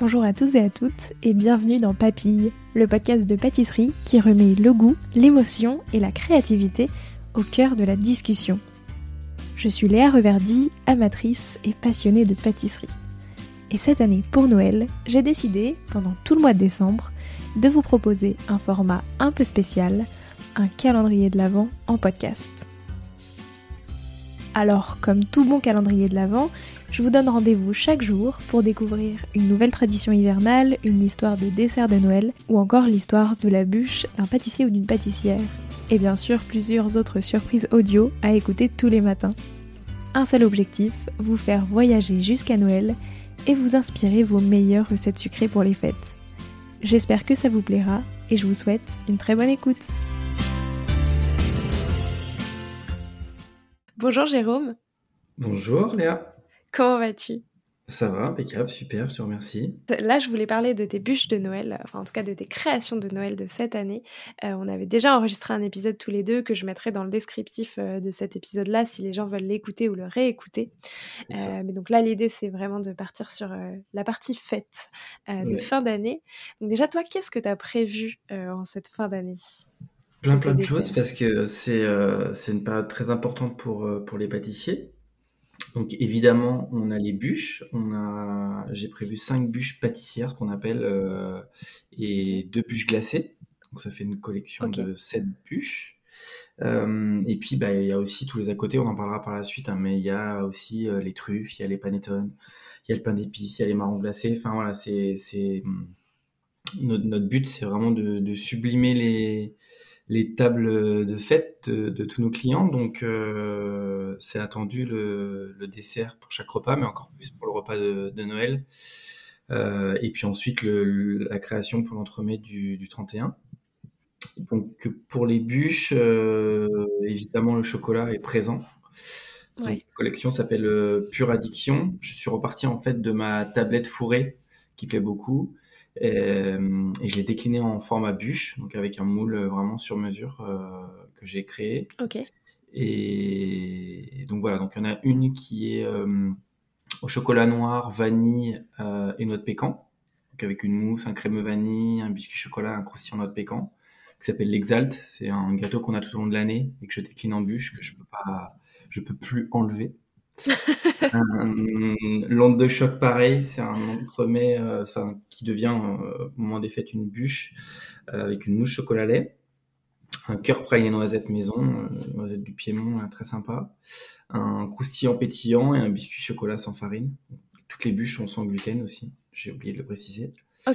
Bonjour à tous et à toutes et bienvenue dans Papille, le podcast de pâtisserie qui remet le goût, l'émotion et la créativité au cœur de la discussion. Je suis Léa Reverdy, amatrice et passionnée de pâtisserie. Et cette année pour Noël, j'ai décidé, pendant tout le mois de décembre, de vous proposer un format un peu spécial, un calendrier de l'Avent en podcast. Alors, comme tout bon calendrier de l'Avent, je vous donne rendez-vous chaque jour pour découvrir une nouvelle tradition hivernale, une histoire de dessert de Noël ou encore l'histoire de la bûche d'un pâtissier ou d'une pâtissière. Et bien sûr, plusieurs autres surprises audio à écouter tous les matins. Un seul objectif, vous faire voyager jusqu'à Noël et vous inspirer vos meilleures recettes sucrées pour les fêtes. J'espère que ça vous plaira et je vous souhaite une très bonne écoute. Bonjour Jérôme. Bonjour Léa. Comment vas-tu ? Ça va, impeccable, super, je te remercie. Là, je voulais parler de tes bûches de Noël, enfin en tout cas de tes créations de Noël de cette année. On avait déjà enregistré un épisode tous les deux que je mettrai dans le descriptif de cet épisode-là si les gens veulent l'écouter ou le réécouter. Mais donc là, l'idée, c'est vraiment de partir sur la partie fête de fin d'année. Donc déjà, toi, qu'est-ce que tu as prévu en cette fin d'année ? Plein de choses parce que c'est une période très importante pour les pâtissiers. Donc évidemment, on a les bûches. J'ai prévu 5 bûches pâtissières, ce qu'on appelle, et 2 bûches glacées. Donc ça fait une collection de 7 bûches. Et puis il y a aussi tous les à côté, on en parlera par la suite, mais il y a aussi les truffes, il y a les panettone, il y a le pain d'épices, il y a les marrons glacés. Enfin voilà, notre but, c'est vraiment de sublimer les tables de fête de tous nos clients. Donc, c'est attendu le dessert pour chaque repas, mais encore plus pour le repas de Noël. Et puis ensuite, la création pour l'entremets du 31. Donc, pour les bûches, évidemment, le chocolat est présent. Donc, la collection s'appelle Pure Addiction. Je suis reparti en fait de ma tablette fourrée qui plaît beaucoup. Et je l'ai décliné en format bûche, donc avec un moule vraiment sur mesure que j'ai créé. Et donc voilà, donc il y en a une qui est au chocolat noir, vanille et noix de pécan, donc avec une mousse, un crémeux vanille, un biscuit chocolat, un croustillant noix de pécan, qui s'appelle l'Exalt. C'est un gâteau qu'on a tout au long de l'année et que je décline en bûche, que je peux plus enlever. L'onde de choc, pareil, c'est un entremets qui devient au moment des fêtes une bûche avec une mousse chocolat lait, un cœur praliné noisette maison, noisette du Piémont, très sympa, un croustillant pétillant et un biscuit chocolat sans farine. Toutes les bûches sont sans gluten aussi, j'ai oublié de le préciser.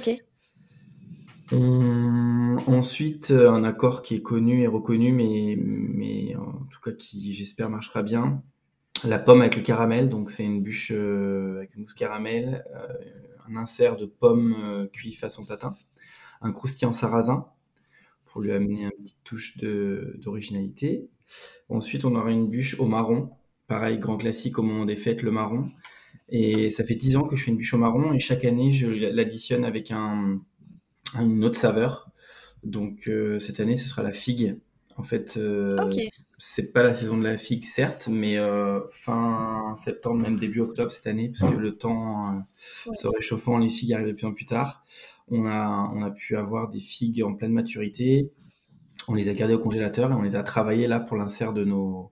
Ensuite, un accord qui est connu et reconnu, mais en tout cas qui, j'espère, marchera bien. La pomme avec le caramel, donc c'est une bûche avec une mousse caramel, un insert de pomme cuit façon tatin, un croustillant sarrasin pour lui amener une petite touche d'originalité. Ensuite, on aura une bûche au marron, pareil, grand classique au moment des fêtes, le marron. Et ça fait 10 ans que je fais une bûche au marron et chaque année, je l'additionne avec une autre saveur. Donc cette année, ce sera la figue. En fait, c'est pas la saison de la figue, certes, mais fin septembre, même début octobre cette année, parce que le temps se réchauffant, les figues arrivent de plus en plus tard. On a pu avoir des figues en pleine maturité. On les a gardées au congélateur et on les a travaillées là pour l'insert de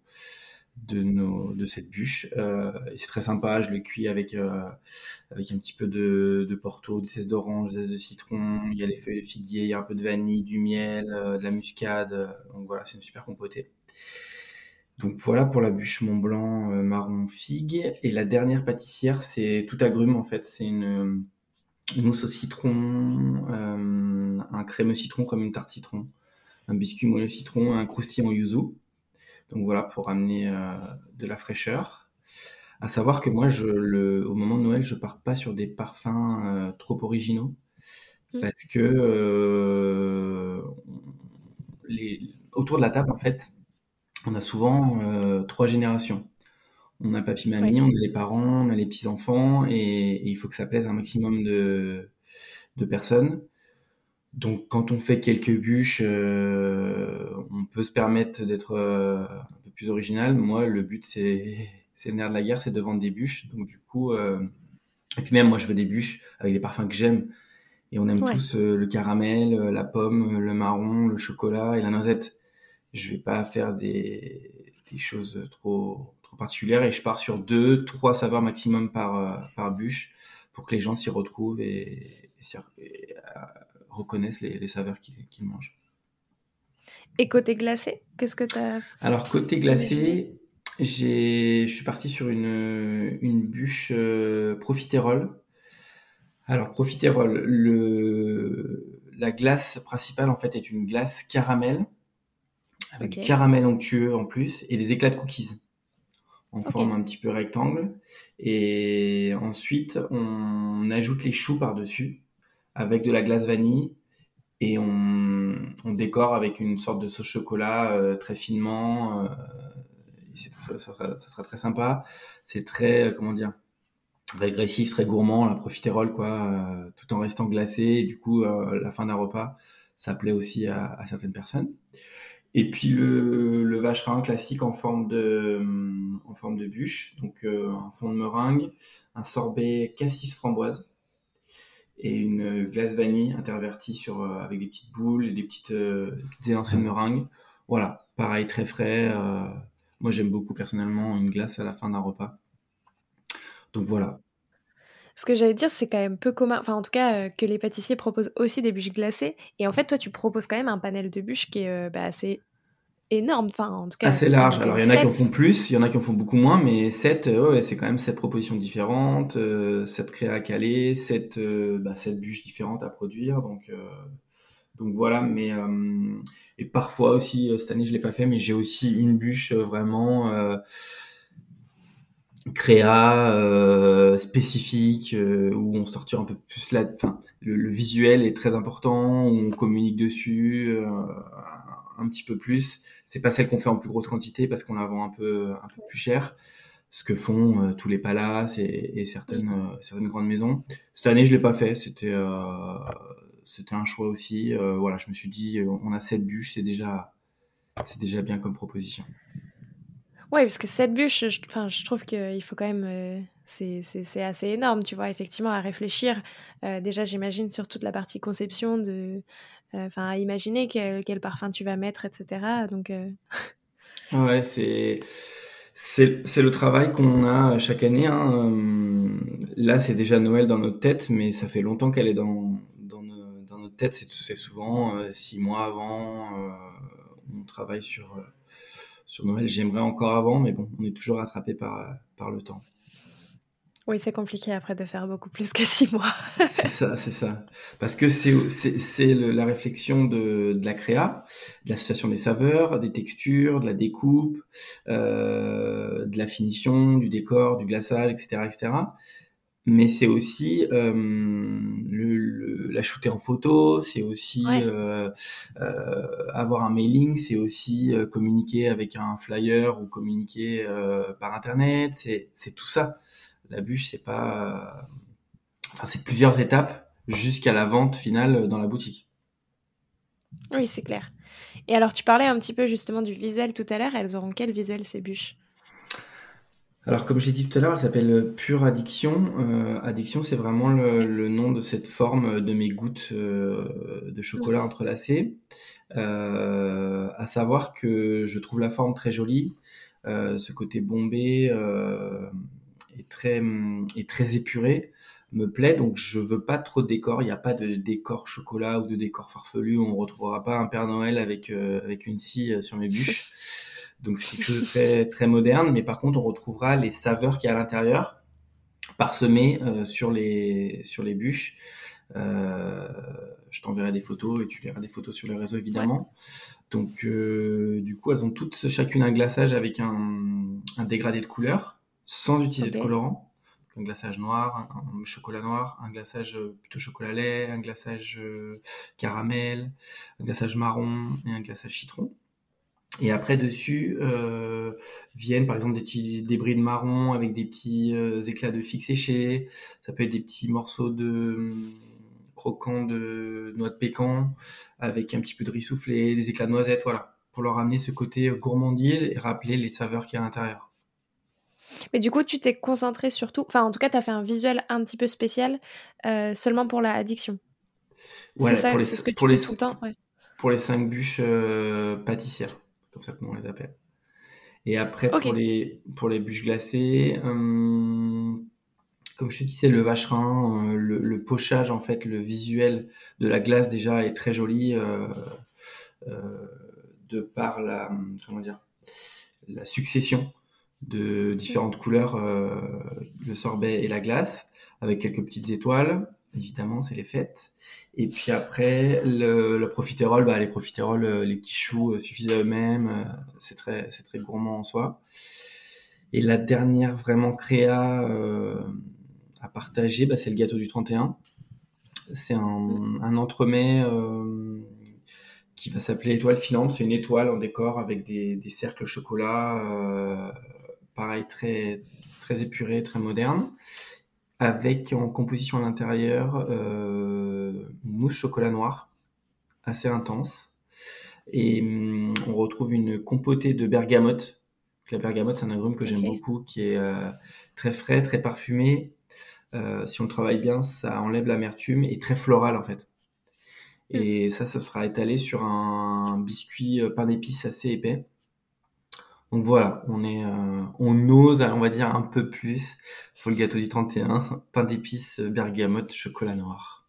cette bûche. Et c'est très sympa. Je le cuis avec un petit peu de Porto, des zestes d'orange, des zestes de citron. Il y a les feuilles de figuier, il y a un peu de vanille, du miel, de la muscade. Donc voilà, c'est une super compotée. Donc voilà pour la bûche Mont Blanc marron figue. Et la dernière pâtissière, c'est tout agrumes en fait. C'est une mousse au citron, un crémeux citron comme une tarte citron, un biscuit moelleux citron, un croustillant yuzu. Donc voilà, pour amener de la fraîcheur. À savoir que moi, au moment de Noël, je pars pas sur des parfums trop originaux parce que autour de la table, en fait, on a souvent 3 générations. On a papy-mamie, on a les parents, on a les petits-enfants et il faut que ça plaise à un maximum de personnes. Donc quand on fait quelques bûches, on peut se permettre d'être un peu plus original. Moi, le but, c'est le nerf de la guerre, c'est de vendre des bûches. Donc du coup, Et puis même, moi, je veux des bûches avec des parfums que j'aime. Et on aime Ouais. tous le caramel, la pomme, le marron, le chocolat et la noisette. Je vais pas faire des choses trop particulières et je pars sur 2, 3 saveurs maximum par bûche pour que les gens s'y retrouvent et reconnaissent les saveurs qu'ils mangent. Et côté glacé, qu'est-ce que t'as Alors côté imaginé? glacé, je suis parti sur une bûche profiterole. Alors profiterole, la glace principale en fait est une glace caramel avec du Ok, caramel onctueux en plus et des éclats de cookies en ok, forme un petit peu rectangle. Et ensuite, on ajoute les choux par-dessus avec de la glace vanille et on décore avec une sorte de sauce chocolat très finement. Ça sera très sympa. C'est très, comment dire, régressif, très gourmand, la profiterole, quoi, tout en restant glacé. Et du coup, la fin d'un repas, ça plaît aussi à certaines personnes. Et puis le vacherin classique en forme de bûche, donc un fond de meringue, un sorbet cassis framboise et une glace vanille intervertie avec des petites boules et des petites élancées de meringue. Voilà, pareil, très frais. Moi, j'aime beaucoup personnellement une glace à la fin d'un repas. Donc voilà. Ce que j'allais dire, c'est quand même peu commun, enfin en tout cas que les pâtissiers proposent aussi des bûches glacées. Et en fait, toi, tu proposes quand même un panel de bûches qui est assez énorme. Enfin, en tout cas, Assez il y en a large. quand même Alors, il y en a qui en font 7. plus, il y en a qui en font beaucoup moins, mais 7, ouais, c'est quand même 7 propositions différentes, 7 créas à caler, 7 bûches différentes à produire. Donc voilà, et parfois aussi, cette année je l'ai pas fait, mais j'ai aussi une bûche vraiment créa spécifique où on se torture un peu plus enfin le visuel est très important, où on communique dessus un petit peu plus. C'est pas celle qu'on fait en plus grosse quantité parce qu'on la vend un peu plus cher, ce que font tous les palaces et Oui. certaines grandes maisons. Cette année, je l'ai pas fait. C'était un choix aussi. Voilà, je me suis dit, on a 7 bûches, c'est déjà bien comme proposition. Ouais, parce que 7 bûches, enfin, je trouve qu'il faut quand même. C'est assez énorme, tu vois, effectivement, à réfléchir. Déjà, j'imagine sur toute la partie conception enfin, à imaginer quel parfum tu vas mettre, etc. Donc, Ouais, c'est le travail qu'on a chaque année, hein. Là, c'est déjà Noël dans notre tête, mais ça fait longtemps qu'elle est dans notre tête. C'est souvent 6 mois avant. On travaille sur Noël. J'aimerais encore avant, mais bon, on est toujours rattrapé par le temps. oui, c'est compliqué après de faire beaucoup plus que 6 mois. C'est ça, c'est ça. Parce que la réflexion de la créa, de l'association des saveurs, des textures, de la découpe, de la finition, du décor, du glaçage, etc., etc. Mais c'est aussi la shooter en photo, c'est aussi Ouais. avoir un mailing, c'est aussi communiquer avec un flyer ou communiquer par internet. C'est tout ça. La bûche, c'est pas enfin, c'est plusieurs étapes jusqu'à la vente finale dans la boutique. Oui, c'est clair. Et alors, tu parlais un petit peu justement du visuel tout à l'heure. Elles auront quel visuel ces bûches? Alors, comme j'ai dit tout à l'heure, elle s'appelle Pure Addiction. Addiction, c'est vraiment Ouais. le nom de cette forme de mes gouttes de Mm. chocolat entrelacées. À savoir que je trouve la forme très jolie, ce côté bombé et très épuré me plaît, donc je veux pas trop de décor. Il n'y a pas de décor chocolat ou de décor farfelu. On ne retrouvera pas un Père Noël avec une scie sur mes bûches. Donc c'est quelque chose de très, très moderne, mais par contre on retrouvera les saveurs qu'il y a à l'intérieur parsemées sur les bûches. Euh, je t'enverrai des photos et tu verras des photos sur les réseaux Ouais. évidemment. Donc du coup elles ont toutes chacune un glaçage avec un dégradé de couleur sans utiliser Ok. de colorant. Un glaçage noir, un chocolat noir, un glaçage plutôt chocolat lait, un glaçage caramel, un glaçage marron et un glaçage citron. Et après dessus viennent par exemple des petits débris de marron avec des petits éclats de figues séchées. Ça peut être des petits morceaux de croquants de noix de pécan avec un petit peu de riz soufflé, des éclats de noisettes, voilà, pour leur amener ce côté gourmandise et rappeler les saveurs qu'il y a à l'intérieur. Mais du coup, tu t'es concentré surtout, enfin en tout cas, tu as fait un visuel un petit peu spécial seulement pour la addiction. C'est Ouais, ça, c'est ce que tu fais tout le temps? Ouais. pour les 5 bûches pâtissières, comme ça que nous on les appelle. Et après, Ok. pour les bûches glacées, comme je te disais, le vacherin, le pochage, en fait, le visuel de la glace déjà est très joli euh, de par comment dire, la succession de Mm. différentes couleurs, le sorbet et la glace, avec quelques petites étoiles. Évidemment, c'est les fêtes. Et puis après, le profiterole, les profiteroles, les petits choux suffisent à eux-mêmes. C'est très gourmand en soi. Et la dernière vraiment créa à partager, c'est le gâteau du 31. C'est Mm. un entremets qui va s'appeler étoile filante. C'est une étoile en décor avec des cercles au chocolat, pareil, très épuré, très moderne, avec en composition à l'intérieur une mousse chocolat noir assez intense. Et on retrouve une compotée de bergamote. La bergamote, c'est un agrume que j'aime Ok. beaucoup, qui est très frais, très parfumé. Si on le travaille bien, ça enlève l'amertume et très floral en fait. Mm. Et ça sera étalé sur un biscuit pain d'épices assez épais. Donc voilà, on ose, on va dire, un peu plus pour le gâteau du 31, pain d'épices, bergamote, chocolat noir.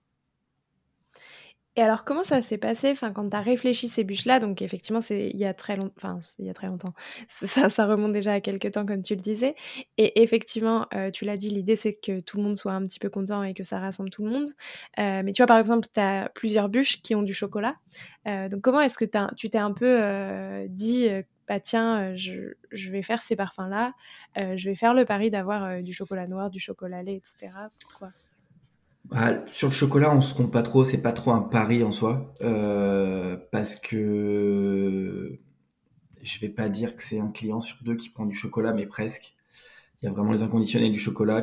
Et alors, comment ça s'est passé, enfin, quand tu as réfléchi ces bûches-là, donc effectivement, c'est il y a très enfin, il y a très longtemps. Ça remonte déjà à quelques temps, comme tu le disais. Et effectivement, tu l'as dit, l'idée, c'est que tout le monde soit un petit peu content et que ça rassemble tout le monde. Mais tu vois, par exemple, tu as plusieurs bûches qui ont du chocolat. Donc comment est-ce que tu t'es un peu dit, bah tiens, je vais faire ces parfums-là, je vais faire le pari d'avoir du chocolat noir, du chocolat lait, etc. Pourquoi? Sur le chocolat, on se trompe pas trop, c'est pas trop un pari en soi, parce que je vais pas dire que c'est un client sur deux qui prend du chocolat, mais presque. Il y a vraiment les inconditionnels du chocolat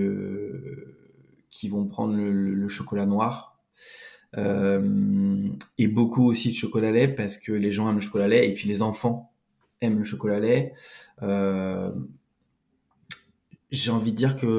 qui vont prendre le chocolat noir. Et beaucoup aussi de chocolat lait parce que les gens aiment le chocolat lait et puis les enfants aiment le chocolat lait. Euh, j'ai envie de dire que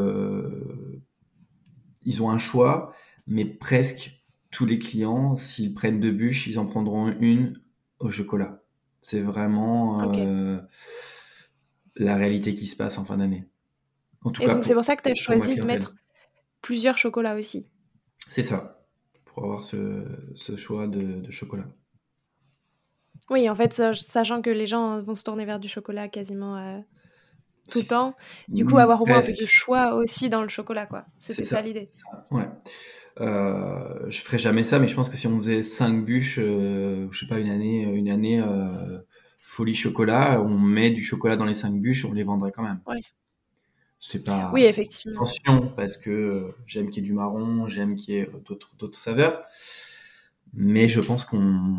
ils ont un choix, mais presque tous les clients, s'ils prennent deux bûches, ils en prendront une au chocolat. C'est vraiment Ok. la réalité qui se passe en fin d'année. En tout Et cas donc c'est pour ça que tu as pour ma choisi de clientèle. mettre plusieurs chocolats aussi. C'est ça, pour avoir ce choix de chocolat. Oui, en fait, sachant que les gens vont se tourner vers du chocolat quasiment tout le temps, du coup, avoir au moins un peu de Presque, choix aussi dans le chocolat, quoi. c'est C'était ça ça. l'idée. Ouais. Je ferais jamais ça, mais je pense que si on faisait 5 bûches, je sais pas, une année folie chocolat, on met du chocolat dans les 5 bûches, on les vendrait quand même. Ouais. C'est Oui, pas effectivement. attention parce que j'aime qu'il y ait du marron, j'aime qu'il y ait d'autres saveurs, mais je pense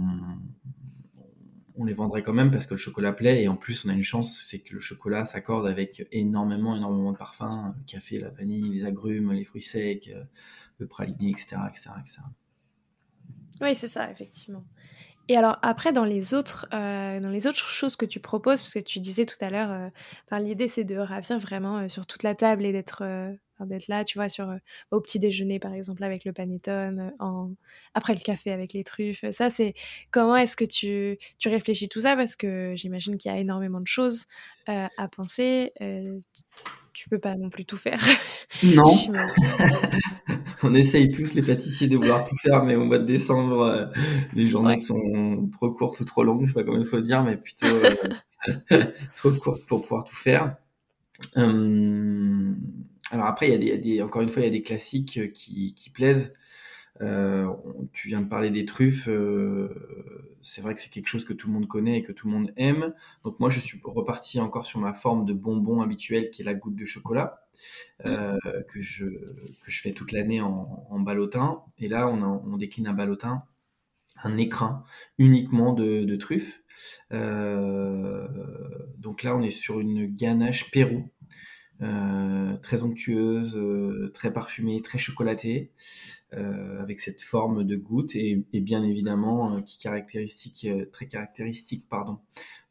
qu'on les vendrait quand même parce que le chocolat plaît et en plus on a une chance, c'est que le chocolat s'accorde avec énormément de parfums, le café, la vanille, les agrumes, les fruits secs, le praliné, etc., etc., etc. Oui, c'est ça, effectivement. Et alors après, dans les autres choses que tu proposes, parce que tu disais tout à l'heure, enfin, l'idée c'est de ravir vraiment sur toute la table et enfin, d'être là, tu vois, au petit déjeuner par exemple avec le panettone, après le café avec les truffes. Ça, c'est comment est-ce que tu réfléchis tout ça? Parce que j'imagine qu'il y a énormément de choses à penser. Tu peux pas non plus tout faire, Non, j'imagine. on essaye tous les pâtissiers de vouloir tout faire, mais au mois de décembre, les journées Ouais. sont trop courtes ou trop longues, je sais pas comment il faut dire, mais plutôt trop courtes pour pouvoir tout faire. Euh, alors après, encore une fois, il y a des classiques qui plaisent. Tu viens de parler des truffes. C'est vrai que c'est quelque chose que tout le monde connaît et que tout le monde aime. Donc moi, je suis reparti encore sur ma forme de bonbon habituelle qui est la goutte de chocolat Mm. euh, que je que je fais toute l'année en ballotin. Et là, on décline un ballotin, un écrin uniquement de truffes. Euh, donc là, on est sur une ganache Pérou. Très onctueuse, très parfumée, très chocolatée, avec cette forme de goutte et bien évidemment très caractéristique pardon,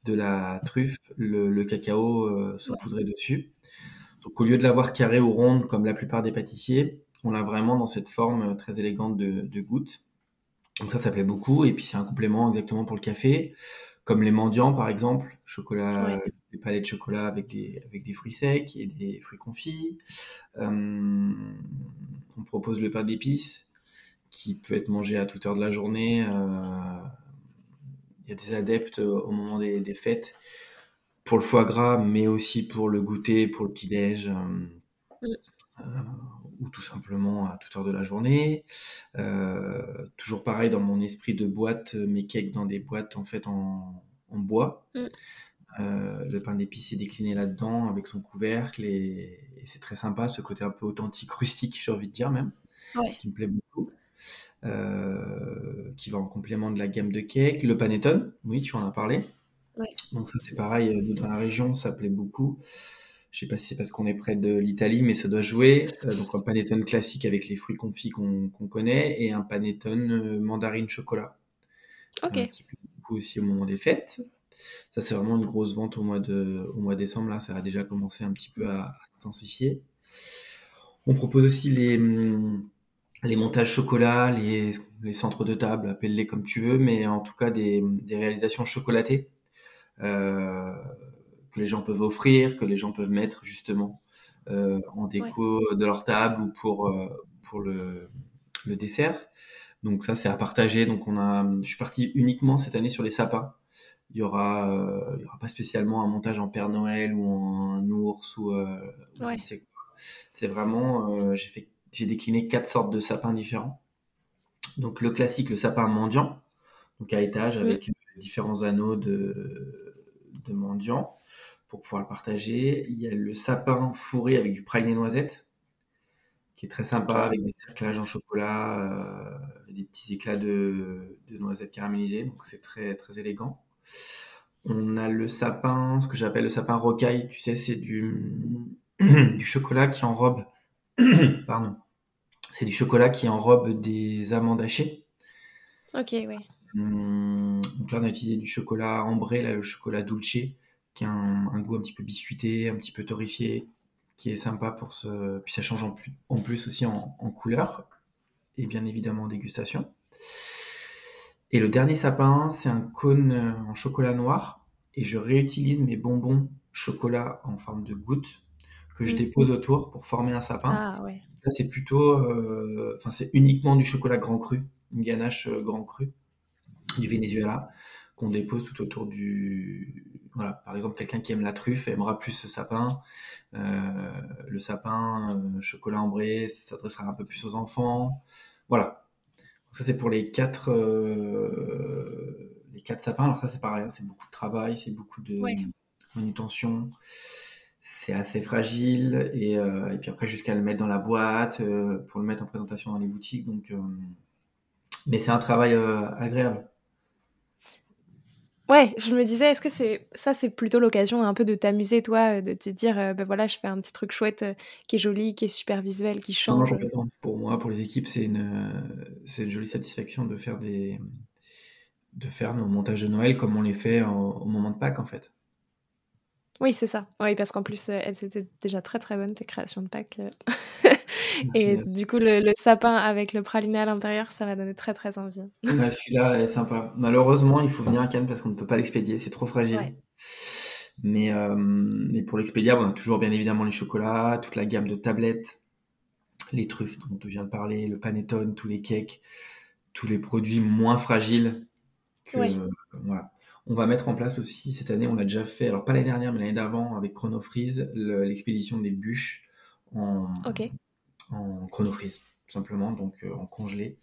de la truffe, le cacao Ouais. saupoudré dessus. Donc au lieu de l'avoir carré ou ronde comme la plupart des pâtissiers, on l'a vraiment dans cette forme très élégante de goutte. Donc ça plaît beaucoup. Et puis c'est un complément exactement pour le café, comme les mendiants par exemple, chocolat, Ouais. des palais de chocolat avec des fruits secs et des fruits confits. Euh, on propose le pain d'épices qui peut être mangé à toute heure de la journée. Il y a des adeptes au moment des fêtes pour le foie gras, mais aussi pour le goûter, pour le petit-déj. Mm. Euh, ou tout simplement à toute heure de la journée. Toujours pareil dans mon esprit de boîte, mes cakes dans des boîtes en fait en bois. Mm. Le pain d'épices est décliné là-dedans avec son couvercle et c'est très sympa, ce côté un peu authentique, rustique, j'ai envie de dire même, Ouais. qui me plaît beaucoup. Qui va en complément de la gamme de cakes. Le panettone, oui, tu en as parlé. Ouais. Donc ça c'est pareil, nous dans la région ça plaît beaucoup. Je sais pas si c'est parce qu'on est près de l'Italie, mais ça doit jouer. Donc un panettone classique avec les fruits confits qu'on connaît et un panettone mandarine chocolat Ok. qui plaît beaucoup aussi au moment des fêtes. Ça c'est vraiment une grosse vente au mois de décembre. Là, ça a déjà commencé un petit peu à s'intensifier. On propose aussi les montages chocolat, les centres de table, appelle-les comme tu veux, mais en tout cas des réalisations chocolatées euh, que les gens peuvent offrir, que les gens peuvent mettre justement en Ouais. déco de leur table ou pour le dessert. Donc ça, c'est à partager. Donc je suis parti uniquement cette année sur les sapins. Il y aura pas spécialement un montage en Père Noël ou en un ours ou je ne Ouais. sais quoi. C'est vraiment, j'ai décliné 4 sortes de sapins différents. Donc le classique, le sapin mendiant, donc à étage Mm. avec différents anneaux de mendiant pour pouvoir le partager. Il y a le sapin fourré avec du praliné noisette, qui est très sympa, Ok. avec des cerclages en chocolat, des petits éclats de noisettes caramélisées, donc c'est très, très élégant. On a le sapin, ce que j'appelle le sapin rocaille, tu sais, c'est du chocolat qui enrobe, pardon, c'est du chocolat qui enrobe des amandes hachées. Ok, ouais. Donc là, on a utilisé du chocolat ambré, là, le chocolat dulce, qui a un goût un petit peu biscuité, un petit peu torréfié, qui est sympa pour ce. Puis ça change en plus aussi en couleur et bien évidemment en dégustation. Et le dernier sapin, c'est un cône en chocolat noir. Et je réutilise mes bonbons chocolat en forme de gouttes que je Mm. dépose autour pour former un sapin. Ah ouais. Là, c'est plutôt, enfin, c'est uniquement du chocolat grand cru, une ganache grand cru du Venezuela qu'on dépose tout autour du. Voilà, par exemple, quelqu'un qui aime la truffe aimera plus ce sapin. Le sapin chocolat ambré s'adressera un peu plus aux enfants. Voilà. Donc ça, c'est pour les quatre sapins. Alors ça, c'est pareil, hein, c'est beaucoup de travail, c'est beaucoup de Ouais. manutention. C'est assez fragile et puis après jusqu'à le mettre dans la boîte pour le mettre en présentation dans les boutiques. Donc, mais c'est un travail agréable. Ouais, je me disais, est-ce que c'est plutôt l'occasion un peu de t'amuser, toi, de te dire, ben voilà, je fais un petit truc chouette, qui est joli, qui est super visuel, qui Non, non, change. complètement. Pour moi, pour les équipes, c'est une jolie satisfaction de faire nos montages de Noël comme on les fait au moment de Pâques, en fait. Oui, c'est ça. Oui, parce qu'en plus, elles étaient déjà très, très bonnes, tes créations de Pâques. Merci, Et merci. du coup, le sapin avec le praliné à l'intérieur, ça m'a donné très, très envie. Ouais, celui-là est sympa. Malheureusement, il faut venir à Cannes parce qu'on ne peut pas l'expédier, c'est trop Ouais. fragile. Mais pour l'expédier, on a toujours bien évidemment les chocolats, toute la gamme de tablettes, les truffes dont tu viens de parler, le panettone, tous les cakes, tous les produits moins fragiles Ouais. que voilà. On va mettre en place aussi cette année, on l'a déjà fait, alors pas l'année dernière, mais l'année d'avant avec Chronofreeze, l'expédition des bûches en, OK. en chronofreeze, tout simplement, donc en congelé.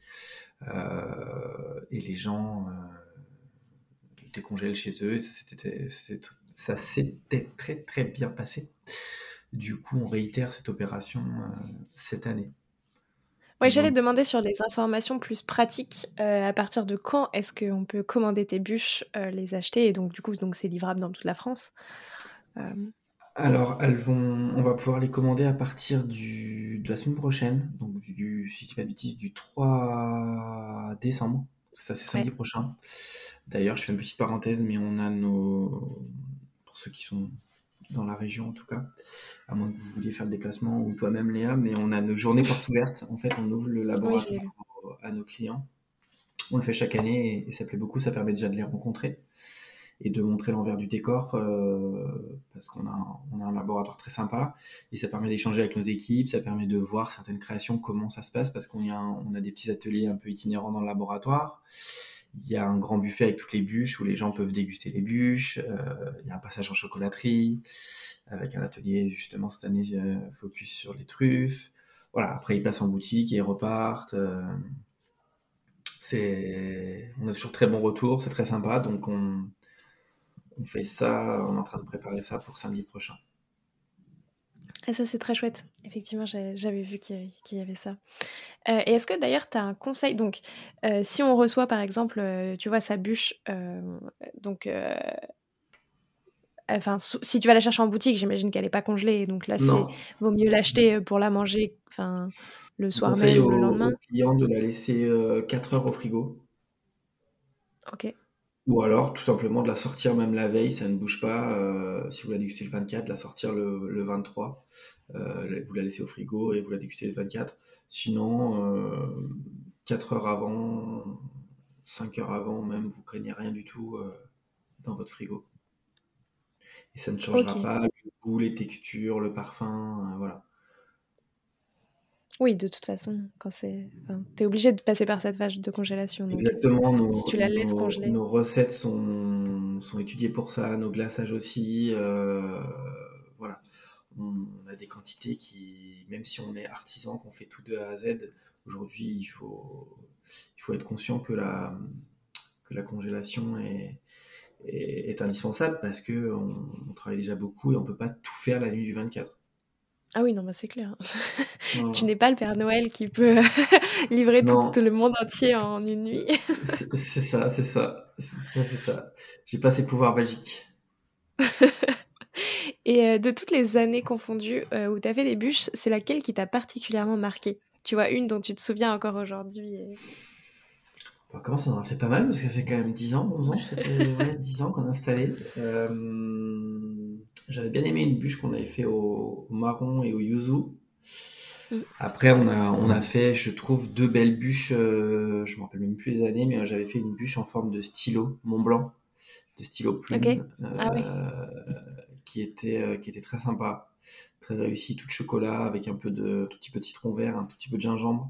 Et les gens décongèlent chez eux, et ça s'était très très bien passé. Du coup, on réitère cette opération cette année. Ouais, Donc, j'allais voilà. te demander sur les informations plus pratiques, à partir de quand est-ce qu'on peut commander tes bûches, les acheter et donc du coup, donc c'est livrable dans toute la France? Hem, Alors, on va pouvoir les commander à partir de la semaine prochaine, donc si je dis pas de bêtises, du 3 décembre. Ça, c'est Ouais. samedi prochain. D'ailleurs, je fais une petite parenthèse, mais on a pour ceux qui sont dans la région en tout cas, à moins que vous vouliez faire le déplacement ou toi-même Léa, mais on a nos journées portes ouvertes. En fait, on ouvre le Oui, j'ai laboratoire vu. à nos clients. On le fait chaque année et ça plaît beaucoup. Ça permet déjà de les rencontrer et de montrer l'envers du décor parce on a un laboratoire très sympa et ça permet d'échanger avec nos équipes, ça permet de voir certaines créations, comment ça se passe parce on a des petits ateliers un peu itinérants dans le laboratoire. Il y a un grand buffet avec toutes les bûches où les gens peuvent déguster les bûches. Il y a un passage en chocolaterie avec un atelier justement cette année focus sur les truffes. Voilà, après ils passent en boutique et ils repartent. On a toujours très bons retours, c'est très sympa, donc on fait ça, on est en train de préparer ça pour samedi prochain. Ah, ça, c'est très chouette. Effectivement, j'avais vu qu'il y avait ça. Et est-ce que d'ailleurs tu as un conseil? Donc, si on reçoit par exemple, tu vois sa bûche, donc, enfin, si tu vas la chercher en boutique, j'imagine qu'elle est pas congelée, donc là, Non, vaut mieux l'acheter, pour la manger, enfin, le on soir conseille même ou le lendemain? aux clients de la laisser 4 heures au frigo, OK. ou alors tout simplement de la sortir même la veille, ça ne bouge pas. Si vous la dégustez le 24, la sortir le 23, vous la laissez au frigo et vous la dégustez le 24. Sinon, 4 heures avant, 5 heures avant même, vous craignez rien du tout dans votre frigo. Et ça ne changera OK. pas le goût, les textures, le parfum, voilà. Oui, de toute façon, enfin, tu es obligé de passer par cette phase de congélation, donc, Exactement, si tu la laisses congeler. nos recettes sont étudiées pour ça, nos glaçages aussi. Voilà. On a des quantités qui, même si on est artisan, qu'on fait tout de A à Z, aujourd'hui, il faut être conscient que la congélation est indispensable parce qu'on travaille déjà beaucoup et on ne peut pas tout faire la nuit du 24. Ah oui, non, bah, c'est clair. Tu Voilà. n'es pas le Père Noël qui peut livrer tout Non, le monde entier en une nuit. c'est ça, c'est ça. C'est tout à fait ça. J'ai pas ces pouvoirs magiques. Et de toutes les années confondues, où tu as fait des bûches, c'est laquelle qui t'a particulièrement marquée? Tu vois, une dont tu te souviens encore aujourd'hui et On commence, on en a fait pas mal parce que ça fait quand même 10 ans, 11 ans, ça fait ouais, 10 ans qu'on a installé. J'avais bien aimé une bûche qu'on avait fait au marron et au yuzu. mmh, Après, on a fait, je trouve, deux belles bûches. Je me rappelle même plus les années, mais j'avais fait une bûche en forme de stylo Mont Blanc, de stylo OK. plume, Ah oui. qui était très sympa, très réussi, tout de chocolat avec un peu tout petit peu de citron vert, un tout petit peu de gingembre.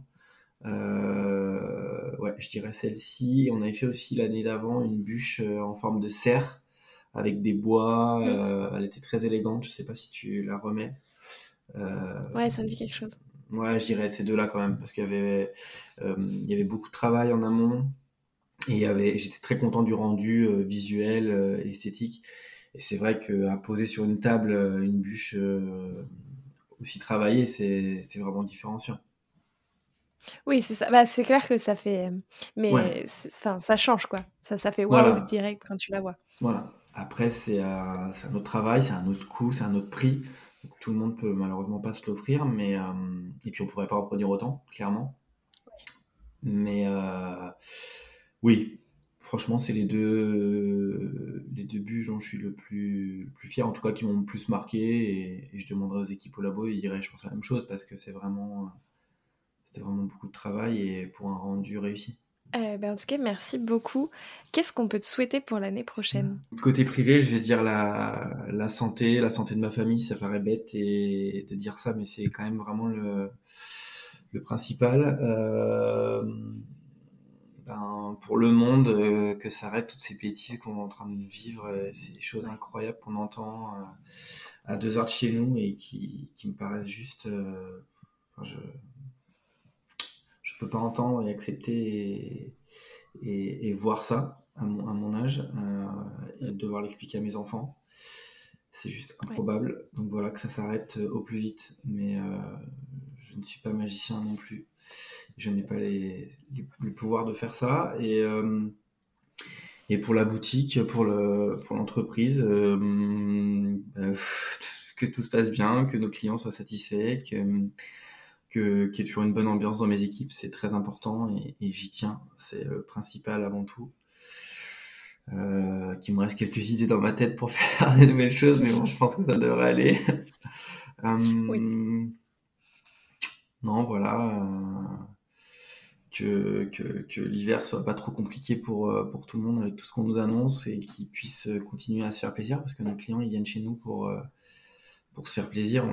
Ouais, je dirais celle-ci. Et on avait fait aussi l'année d'avant une bûche en forme de cerf avec des bois. Mmh. Elle était très élégante. Je sais pas si tu la remets. Euh, Ouais, ça me dit quelque chose. ouais, je dirais ces deux-là quand même parce il y avait beaucoup de travail en amont et j'étais très content du rendu visuel, esthétique. Et c'est vrai qu'à poser sur une table une bûche aussi travaillée, c'est vraiment différenciant. Oui, c'est ça. Bah, c'est clair que ça fait, Ouais, mais enfin, ça change quoi. Ça fait waouh voilà. direct quand tu la vois. Voilà. Après, c'est un autre travail, c'est un autre coût, c'est un autre prix. Donc, tout le monde peut malheureusement pas se l'offrir, mais et puis on pourrait pas en produire autant, clairement. Mais oui, franchement, c'est les deux buts dont je suis le plus fier, en tout cas qui m'ont le plus marqué. Et je demanderai aux équipes au labo, ils diraient, je pense, la même chose parce que c'était vraiment beaucoup de travail et pour un rendu réussi. Bah, en tout cas, merci beaucoup. Qu'est-ce qu'on peut te souhaiter pour l'année prochaine? Côté privé, je vais dire la santé de ma famille, ça paraît bête de dire ça, mais c'est quand même vraiment le principal. Pour le monde, que s'arrêtent toutes ces bêtises qu'on est en train de vivre, ces choses Ouais. incroyables qu'on entend à 2 heures de chez nous et qui me paraissent juste. Enfin, je peux pas entendre et accepter et voir ça à mon âge et Mmh. devoir l'expliquer à mes enfants. C'est juste Ouais. improbable. Donc voilà, que ça s'arrête au plus vite. Mais je ne suis pas magicien non plus. Je n'ai pas le pouvoir de faire ça. Et pour la boutique, pour l'entreprise, que tout se passe bien, que nos clients soient satisfaits, qu'il y ait toujours une bonne ambiance dans mes équipes, c'est très important et j'y tiens, c'est le principal avant tout. Qu'il me reste quelques idées dans ma tête pour faire des nouvelles choses, mais bon, je pense que ça devrait aller. Oui. Non, voilà, que l'hiver soit pas trop compliqué pour tout le monde avec tout ce qu'on nous annonce et qu'ils puissent continuer à se faire plaisir parce que nos clients ils viennent chez nous pour se faire plaisir.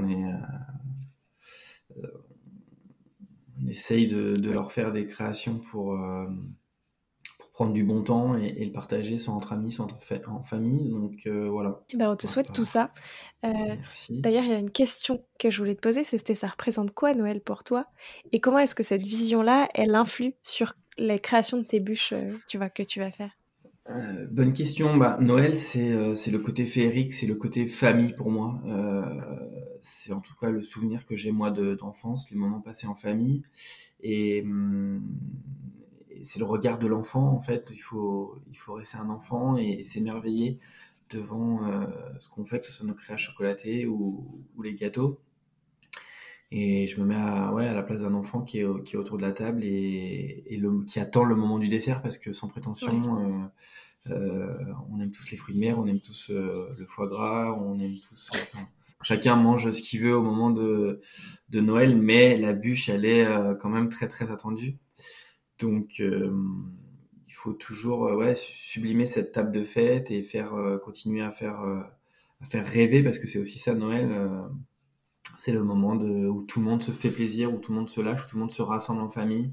On essaye de leur faire des créations pour prendre du bon temps et le partager soit entre amis, soit en famille. Donc voilà. Eh ben, on te souhaite tout ça. Merci. D'ailleurs, il y a une question que je voulais te poser, c'était ça représente quoi Noël pour toi? Et comment est-ce que cette vision-là, elle influe sur les créations de tes bûches que tu vas faire? Bonne question. Noël, c'est le côté féerique, c'est le côté famille pour moi. C'est en tout cas le souvenir que j'ai moi d'enfance, les moments passés en famille. Et c'est le regard de l'enfant en fait. Il faut rester un enfant et s'émerveiller devant ce qu'on fait, que ce soit nos créations chocolatées ou les gâteaux. Et je me mets à la place d'un enfant qui est autour de la table et qui attend le moment du dessert parce que sans prétention, on aime tous les fruits de mer, on aime tous le foie gras, on aime tous. Chacun mange ce qu'il veut au moment de Noël, mais la bûche, elle est quand même très très attendue. Donc, il faut toujours sublimer cette table de fête et continuer à faire rêver parce que c'est aussi ça Noël. C'est le moment où tout le monde se fait plaisir, où tout le monde se lâche, où tout le monde se rassemble en famille.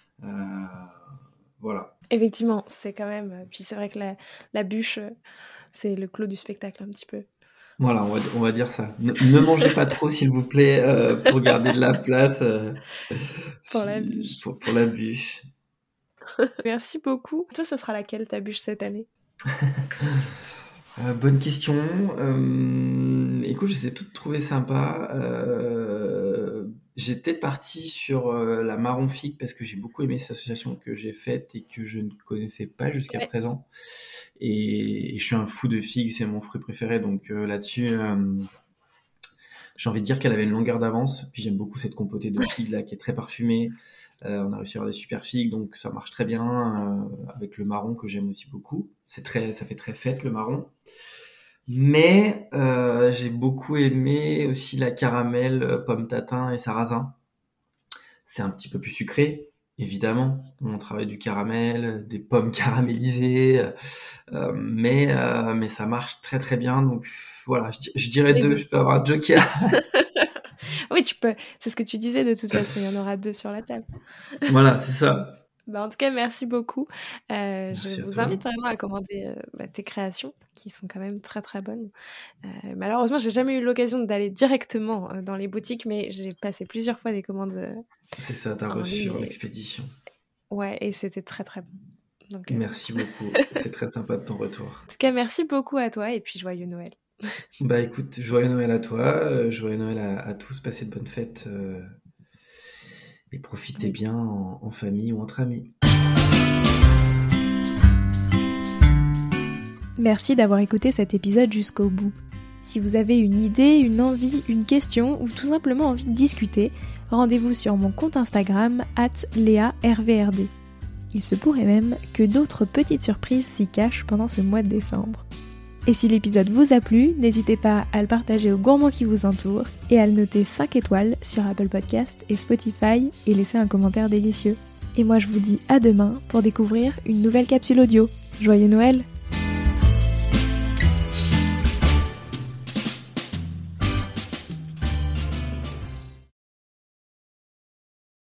Voilà. Effectivement, c'est quand même. Puis c'est vrai que la bûche, c'est le clou du spectacle un petit peu. Voilà, on va dire ça. Ne mangez pas trop, s'il vous plaît, pour garder de la place Pour la bûche. Pour la bûche. Merci beaucoup. Toi, ça sera laquelle ta bûche cette année? Bonne question. Écoute, j'essaie tout de trouver sympa. J'étais parti sur la marron figue parce que j'ai beaucoup aimé cette association que j'ai faite et que je ne connaissais pas jusqu'à présent. Et je suis un fou de figues, c'est mon fruit préféré. Donc là-dessus, j'ai envie de dire qu'elle avait une longueur d'avance. Puis j'aime beaucoup cette compotée de figues là qui est très parfumée. On a réussi à avoir des super figues, donc ça marche très bien avec le marron que j'aime aussi beaucoup. Ça fait très fête le marron. Mais j'ai beaucoup aimé aussi la caramel, pomme tatin et sarrasin. C'est un petit peu plus sucré, évidemment. On travaille du caramel, des pommes caramélisées, mais ça marche très très bien. Donc voilà, je dirais deux. Je peux avoir un joker. Oui, tu peux. C'est ce que tu disais, de toute façon, il y en aura 2 sur la table. Voilà, c'est ça. En tout cas, merci beaucoup. Merci je vous invite vraiment à commander tes créations, qui sont quand même très très bonnes. Malheureusement, j'ai jamais eu l'occasion d'aller directement dans les boutiques, mais j'ai passé plusieurs fois des commandes. C'est ça, t'as reçu en expédition. Ouais, et c'était très très bon. Donc, merci beaucoup, c'est très sympa de ton retour. En tout cas, merci beaucoup à toi et puis joyeux Noël. Écoute, joyeux Noël à toi, joyeux Noël à tous, passez de bonnes fêtes et profitez bien en famille ou entre amis. Merci d'avoir écouté cet épisode jusqu'au bout. Si vous avez une idée, une envie, une question ou tout simplement envie de discuter, rendez-vous sur mon compte Instagram @LéaRVRD. Il se pourrait même que d'autres petites surprises s'y cachent pendant ce mois de décembre. Et si l'épisode vous a plu, n'hésitez pas à le partager aux gourmands qui vous entourent et à le noter 5 étoiles sur Apple Podcast et Spotify et laisser un commentaire délicieux. Et moi je vous dis à demain pour découvrir une nouvelle capsule audio. Joyeux Noël!